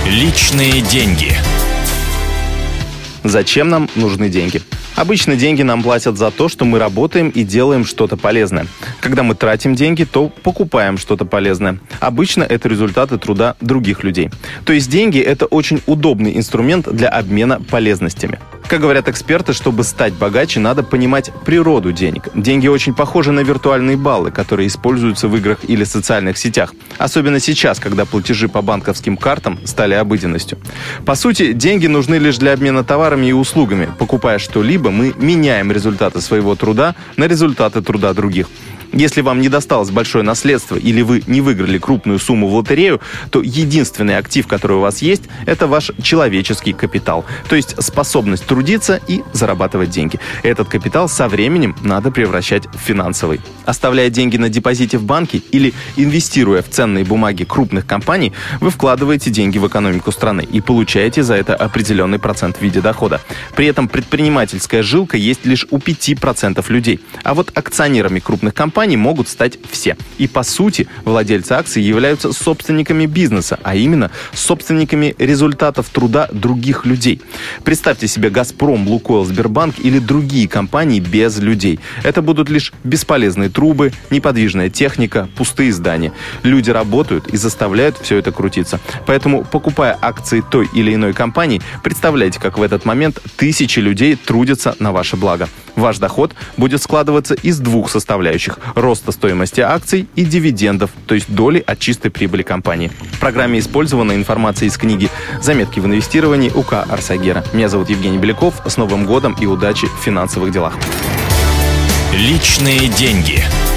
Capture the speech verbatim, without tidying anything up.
Личные деньги. Зачем нам нужны деньги? Обычно деньги нам платят за то, что мы работаем и делаем что-то полезное. Когда мы тратим деньги, то покупаем что-то полезное. Обычно это результаты труда других людей. То есть деньги – это очень удобный инструмент для обмена полезностями. Как говорят эксперты, чтобы стать богаче, надо понимать природу денег. Деньги очень похожи на виртуальные баллы, которые используются в играх или социальных сетях. Особенно сейчас, когда платежи по банковским картам стали обыденностью. По сути, деньги нужны лишь для обмена товарами и услугами. Покупая что-либо, мы меняем результаты своего труда на результаты труда других. Если вам не досталось большое наследство или вы не выиграли крупную сумму в лотерею, то единственный актив, который у вас есть, это ваш человеческий капитал. То есть способность трудиться и зарабатывать деньги. Этот капитал со временем надо превращать в финансовый. Оставляя деньги на депозите в банке или инвестируя в ценные бумаги крупных компаний, вы вкладываете деньги в экономику страны и получаете за это определенный процент в виде дохода. При этом предпринимательская жилка есть лишь у пяти процентов людей. А вот акционерами крупных компаний могут стать все. И по сути, владельцы акций являются собственниками бизнеса, а именно собственниками результатов труда других людей. Представьте себе «Газпром», «Лукойл», «Сбербанк» или другие компании без людей. Это будут лишь бесполезные трубы, неподвижная техника, пустые здания. Люди работают и заставляют все это крутиться. Поэтому, покупая акции той или иной компании, представляйте, как в этот момент тысячи людей трудятся на ваше благо. Ваш доход будет складываться из двух составляющих – роста стоимости акций и дивидендов, то есть доли от чистой прибыли компании. В программе использована информация из книги «Заметки в инвестировании» УК Арсагера. Меня зовут Евгений Беляков. С Новым годом и удачи в финансовых делах. Личные деньги.